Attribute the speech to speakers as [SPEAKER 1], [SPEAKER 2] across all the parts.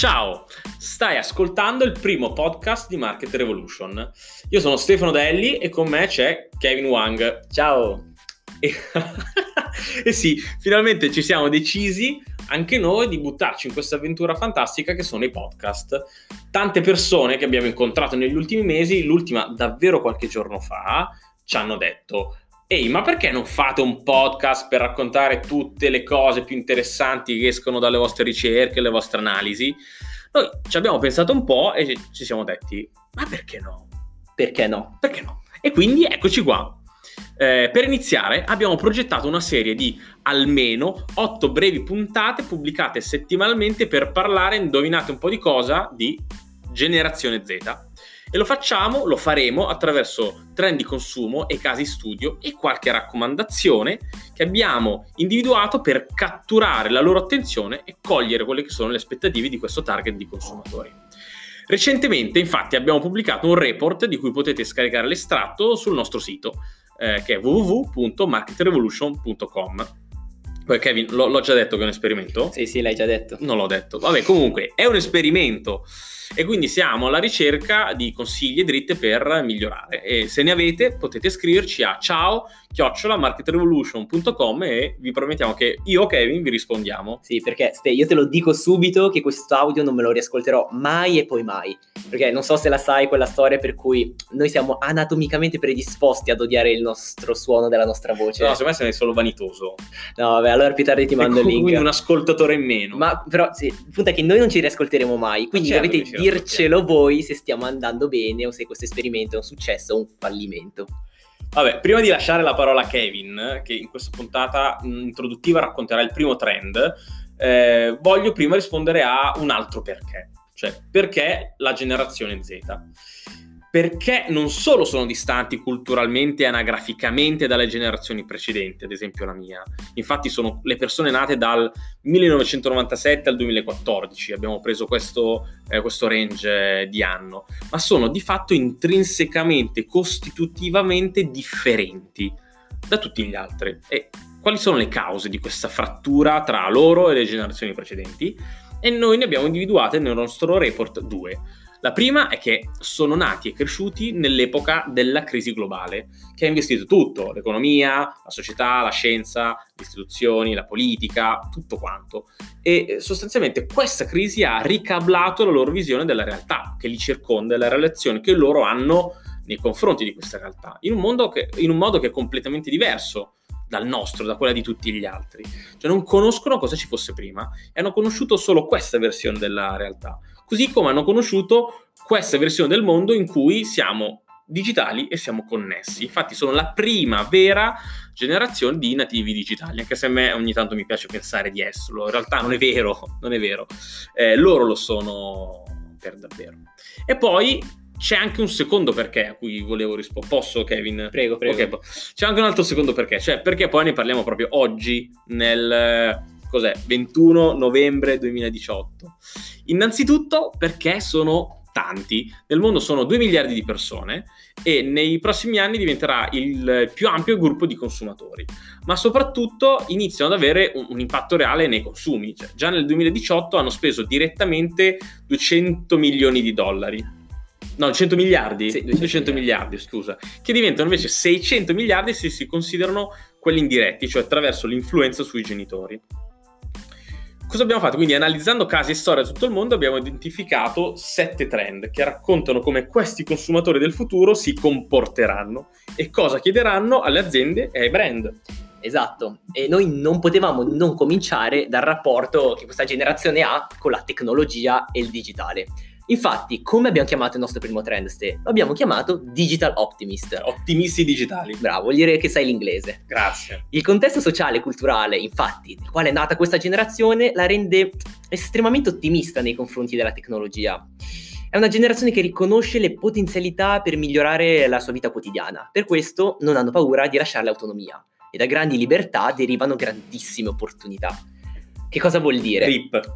[SPEAKER 1] Ciao, stai ascoltando il primo podcast di Market Revolution. Io sono Stefano Delli e con me c'è Kevin Wang.
[SPEAKER 2] Ciao!
[SPEAKER 1] E sì, finalmente ci siamo decisi anche noi di buttarci in questa avventura fantastica che sono i podcast. Tante persone che abbiamo incontrato negli ultimi mesi, l'ultima davvero qualche giorno fa, ci hanno detto: ehi, ma perché non fate un podcast per raccontare tutte le cose più interessanti che escono dalle vostre ricerche, le vostre analisi? Noi ci abbiamo pensato un po' e ci siamo detti: ma perché no?
[SPEAKER 2] Perché no?
[SPEAKER 1] Perché no? E quindi eccoci qua. Per iniziare abbiamo progettato una serie di almeno 8 brevi puntate pubblicate settimanalmente per parlare, indovinate un po' di cosa, di generazione Z. E lo faremo attraverso trend di consumo e casi studio e qualche raccomandazione che abbiamo individuato per catturare la loro attenzione e cogliere quelle che sono le aspettative di questo target di consumatori. Recentemente, infatti, abbiamo pubblicato un report di cui potete scaricare l'estratto sul nostro sito, che è www.marketrevolution.com. Poi Kevin, l'ho già detto che è un esperimento?
[SPEAKER 2] Sì, l'hai già detto.
[SPEAKER 1] Non l'ho detto. Vabbè, comunque, è un esperimento e quindi siamo alla ricerca di consigli e dritte per migliorare. E se ne avete, potete scriverci a ciao@marketrevolution.com e vi promettiamo che io, Kevin, vi rispondiamo.
[SPEAKER 2] Sì, perché io te lo dico subito che questo audio non me lo riascolterò mai e poi mai. Perché non so se la sai quella storia per cui noi siamo anatomicamente predisposti ad odiare il nostro suono della nostra voce.
[SPEAKER 1] No, secondo me sei solo vanitoso.
[SPEAKER 2] No, vabbè, allora più tardi ti mando il link.
[SPEAKER 1] Quindi un ascoltatore in meno.
[SPEAKER 2] Ma però sì, il punto è che noi non ci riascolteremo mai, quindi
[SPEAKER 1] certo
[SPEAKER 2] dovete dircelo voi se stiamo andando bene o se questo esperimento è un successo o un fallimento.
[SPEAKER 1] Vabbè, prima di lasciare la parola a Kevin, che in questa puntata introduttiva racconterà il primo trend, voglio prima rispondere a un altro perché. Cioè, perché la generazione Z? Perché non solo sono distanti culturalmente e anagraficamente dalle generazioni precedenti, ad esempio la mia. Infatti sono le persone nate dal 1997 al 2014, abbiamo preso questo range di anno, ma sono di fatto intrinsecamente, costitutivamente differenti da tutti gli altri. E quali sono le cause di questa frattura tra loro e le generazioni precedenti? E noi ne abbiamo individuate nel nostro report 2. La prima è che sono nati e cresciuti nell'epoca della crisi globale, che ha investito tutto: l'economia, la società, la scienza, le istituzioni, la politica, tutto quanto. E sostanzialmente questa crisi ha ricablato la loro visione della realtà che li circonda e la relazione che loro hanno nei confronti di questa realtà, in un modo che è completamente diverso dal nostro, da quella di tutti gli altri. Cioè non conoscono cosa ci fosse prima e hanno conosciuto solo questa versione della realtà, così come hanno conosciuto questa versione del mondo in cui siamo digitali e siamo connessi. Infatti sono la prima vera generazione di nativi digitali, anche se a me ogni tanto mi piace pensare di esserlo. In realtà non è vero. Loro lo sono per davvero. E poi c'è anche un secondo perché a cui volevo rispondere. Posso, Kevin?
[SPEAKER 2] Prego.
[SPEAKER 1] Okay. C'è anche un altro secondo perché, cioè perché poi ne parliamo proprio oggi, nel 21 novembre 2018. Innanzitutto perché sono tanti. Nel mondo sono 2 miliardi di persone e nei prossimi anni diventerà il più ampio gruppo di consumatori, ma soprattutto iniziano ad avere un impatto reale nei consumi. Cioè, già nel 2018 hanno speso direttamente 200 milioni di dollari. No, 100 miliardi?
[SPEAKER 2] Sì,
[SPEAKER 1] 200 miliardi, scusa. Che diventano invece 600 miliardi se si considerano quelli indiretti, cioè attraverso l'influenza sui genitori. Cosa abbiamo fatto? Quindi, analizzando casi e storie da tutto il mondo, abbiamo identificato 7 trend che raccontano come questi consumatori del futuro si comporteranno e cosa chiederanno alle aziende e ai brand.
[SPEAKER 2] Esatto, e noi non potevamo non cominciare dal rapporto che questa generazione ha con la tecnologia e il digitale. Infatti, come abbiamo chiamato il nostro primo trend, Ste? Lo abbiamo chiamato Digital Optimist.
[SPEAKER 1] Ottimisti digitali.
[SPEAKER 2] Bravo, vuol dire che sai l'inglese.
[SPEAKER 1] Grazie.
[SPEAKER 2] Il contesto sociale e culturale, infatti, nel quale è nata questa generazione, la rende estremamente ottimista nei confronti della tecnologia. È una generazione che riconosce le potenzialità per migliorare la sua vita quotidiana. Per questo non hanno paura di lasciare l'autonomia. E da grandi libertà derivano grandissime opportunità. Che cosa vuol dire?
[SPEAKER 1] RIP.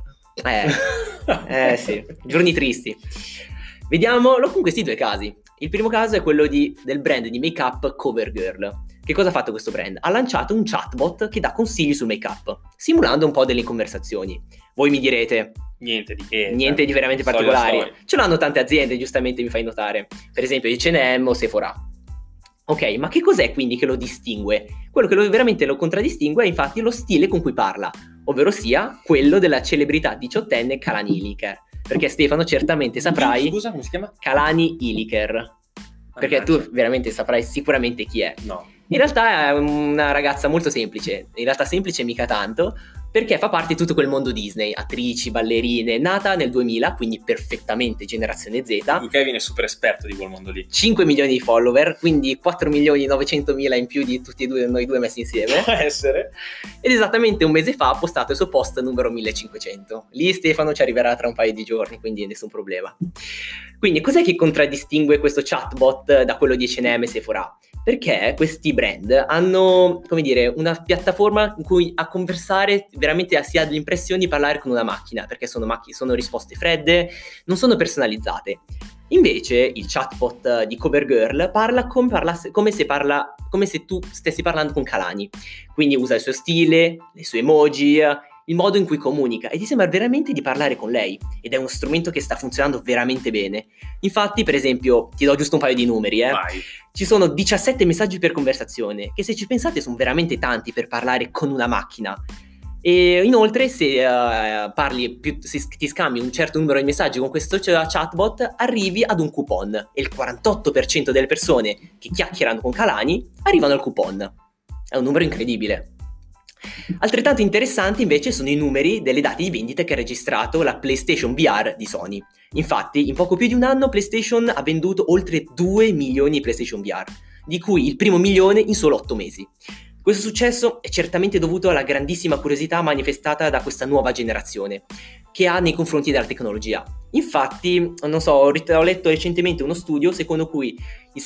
[SPEAKER 2] Sì, giorni tristi. Vediamolo con questi 2 casi. Il primo caso è quello del brand di make-up CoverGirl. Che cosa ha fatto questo brand? Ha lanciato un chatbot che dà consigli sul make-up, simulando un po' delle conversazioni. Voi mi direte:
[SPEAKER 1] Niente di che.
[SPEAKER 2] Niente di veramente
[SPEAKER 1] Storia.
[SPEAKER 2] particolare. Ce l'hanno tante aziende, giustamente mi fai notare. Per esempio H&M o Sephora. Ok, ma che cos'è quindi che lo distingue? Quello che veramente lo contraddistingue è infatti lo stile con cui parla, ovvero sia quello della celebrità diciottenne Kalani Iliker. Perché Stefano certamente saprai...
[SPEAKER 1] Scusa, come si chiama?
[SPEAKER 2] Kalani Iliker. Perché tu veramente saprai sicuramente chi è.
[SPEAKER 1] No.
[SPEAKER 2] In realtà è una ragazza molto semplice, in realtà semplice mica tanto, perché fa parte di tutto quel mondo Disney, attrici, ballerine, nata nel 2000, quindi perfettamente generazione Z.
[SPEAKER 1] Kevin è super esperto di quel mondo lì.
[SPEAKER 2] 5 milioni di follower, quindi 4.900.000 in più di tutti e due noi due messi insieme.
[SPEAKER 1] Può essere.
[SPEAKER 2] Ed esattamente un mese fa ha postato il suo post numero 1500. Lì Stefano ci arriverà tra un paio di giorni, quindi nessun problema. Quindi cos'è che contraddistingue questo chatbot da quello di H&M e Sephora? Perché questi brand hanno, come dire, una piattaforma in cui a conversare veramente si ha l'impressione di parlare con una macchina, perché sono risposte fredde, non sono personalizzate. Invece il chatbot di CoverGirl parla come se tu stessi parlando con Kalani. Quindi usa il suo stile, le sue emoji, il modo in cui comunica e ti sembra veramente di parlare con lei, ed è uno strumento che sta funzionando veramente bene. Infatti, per esempio, ti do giusto un paio di numeri,
[SPEAKER 1] Vai.
[SPEAKER 2] Ci sono 17 messaggi per conversazione, che se ci pensate sono veramente tanti per parlare con una macchina. E inoltre se ti scambi un certo numero di messaggi con questo chatbot, arrivi ad un coupon, e il 48% delle persone che chiacchierano con Kalani arrivano al coupon. È un numero incredibile. Altrettanto interessanti invece sono i numeri delle date di vendita che ha registrato la PlayStation VR di Sony. Infatti, in poco più di un anno PlayStation ha venduto oltre 2 milioni di PlayStation VR, di cui il primo milione in solo 8 mesi. Questo successo è certamente dovuto alla grandissima curiosità manifestata da questa nuova generazione, che ha nei confronti della tecnologia. Infatti, ho letto recentemente uno studio secondo cui il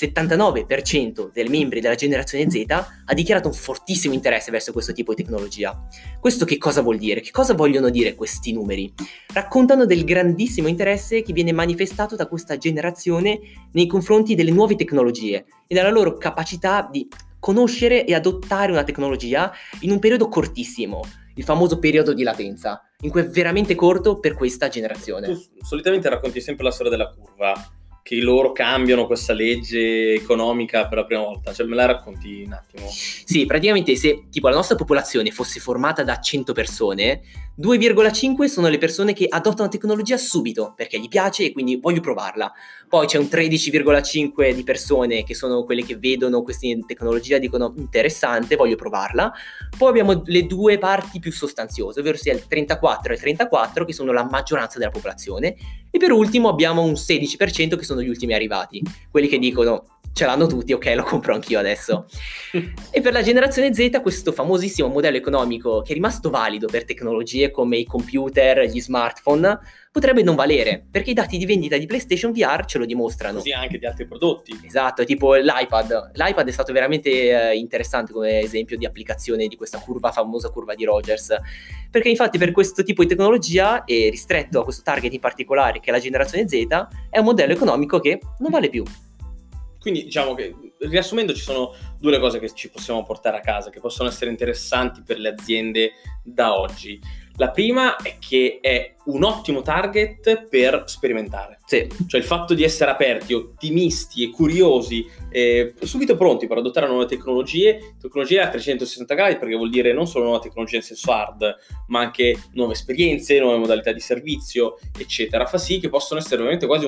[SPEAKER 2] 79% dei membri della generazione Z ha dichiarato un fortissimo interesse verso questo tipo di tecnologia. Questo che cosa vuol dire? Che cosa vogliono dire questi numeri? Raccontano del grandissimo interesse che viene manifestato da questa generazione nei confronti delle nuove tecnologie e della loro capacità di conoscere e adottare una tecnologia in un periodo cortissimo, il famoso periodo di latenza, in cui è veramente corto per questa generazione.
[SPEAKER 1] Tu solitamente racconti sempre la storia della curva, che loro cambiano questa legge economica per la prima volta, cioè me la racconti un attimo?
[SPEAKER 2] Sì, praticamente se tipo la nostra popolazione fosse formata da 100 persone, 2,5 sono le persone che adottano tecnologia subito perché gli piace e quindi voglio provarla. Poi c'è un 13,5 di persone che sono quelle che vedono questa tecnologia e dicono interessante, voglio provarla. Poi abbiamo le due parti più sostanziose, ovvero sia il 34 e il 34 che sono la maggioranza della popolazione, e per ultimo abbiamo un 16% che sono gli ultimi arrivati, quelli che dicono ce l'hanno tutti, ok, lo compro anch'io adesso. E per la generazione Z questo famosissimo modello economico, che è rimasto valido per tecnologie come i computer, gli smartphone, potrebbe non valere, perché i dati di vendita di PlayStation VR ce lo dimostrano.
[SPEAKER 1] Così anche di altri prodotti.
[SPEAKER 2] Esatto, tipo l'iPad. L'iPad è stato veramente interessante come esempio di applicazione di questa famosa curva di Rogers, perché infatti per questo tipo di tecnologia, e ristretto a questo target in particolare che è la generazione Z, è un modello economico che non vale più.
[SPEAKER 1] Quindi diciamo che, riassumendo, ci sono due cose che ci possiamo portare a casa, che possono essere interessanti per le aziende da oggi. La prima è che è un ottimo target per sperimentare.
[SPEAKER 2] Sì.
[SPEAKER 1] Cioè il fatto di essere aperti, ottimisti e curiosi, subito pronti per adottare nuove tecnologie a 360 gradi, perché vuol dire non solo nuova tecnologia in senso hard, ma anche nuove esperienze, nuove modalità di servizio, eccetera. Fa sì che possono essere veramente quasi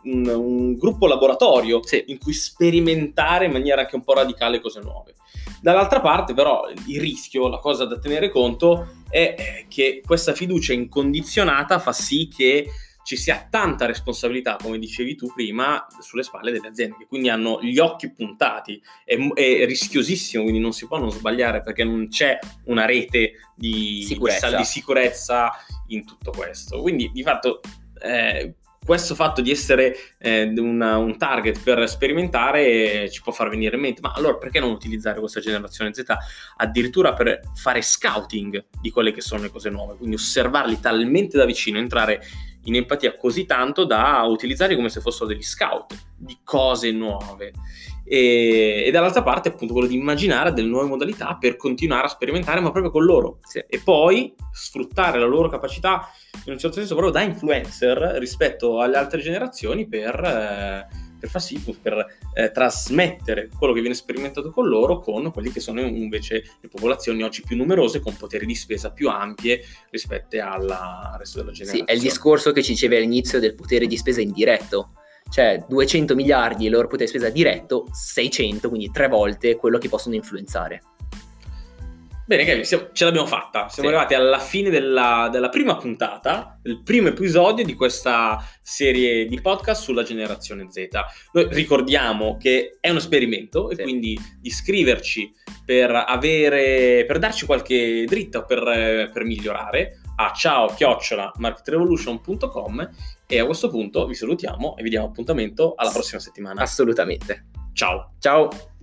[SPEAKER 1] un gruppo laboratorio, sì, in cui sperimentare in maniera anche un po' radicale cose nuove. Dall'altra parte però il rischio, la cosa da tenere conto è che questa fiducia incondizionata fa sì che ci sia tanta responsabilità, come dicevi tu prima, sulle spalle delle aziende, che quindi hanno gli occhi puntati. È rischiosissimo, quindi non si può non sbagliare, perché non c'è una rete di sicurezza in tutto questo. Quindi di fatto questo fatto di essere un target per sperimentare ci può far venire in mente, ma allora perché non utilizzare questa generazione Z addirittura per fare scouting di quelle che sono le cose nuove, quindi osservarli talmente da vicino, entrare in empatia così tanto da utilizzarli come se fossero degli scout di cose nuove. e dall'altra parte appunto quello di immaginare delle nuove modalità per continuare a sperimentare, ma proprio con loro,
[SPEAKER 2] Sì.
[SPEAKER 1] e poi sfruttare la loro capacità in un certo senso proprio da influencer rispetto alle altre generazioni per far sì, per trasmettere quello che viene sperimentato con loro con quelli che sono invece le popolazioni oggi più numerose, con poteri di spesa più ampie rispetto al resto della generazione.
[SPEAKER 2] Sì, è il discorso che ci dicevi all'inizio del potere di spesa indiretto. Cioè 200 miliardi il loro potere di spesa diretto, 600, quindi 3 volte quello che possono influenzare.
[SPEAKER 1] Bene, Kevin, ce l'abbiamo fatta. Siamo arrivati alla fine della prima puntata, del primo episodio di questa serie di podcast sulla generazione Z. Noi ricordiamo che è un esperimento e quindi di iscriverci per darci qualche dritta per migliorare a ciao@marketrevolution.com, e a questo punto vi salutiamo e vi diamo appuntamento alla prossima settimana.
[SPEAKER 2] Assolutamente.
[SPEAKER 1] Ciao.
[SPEAKER 2] Ciao.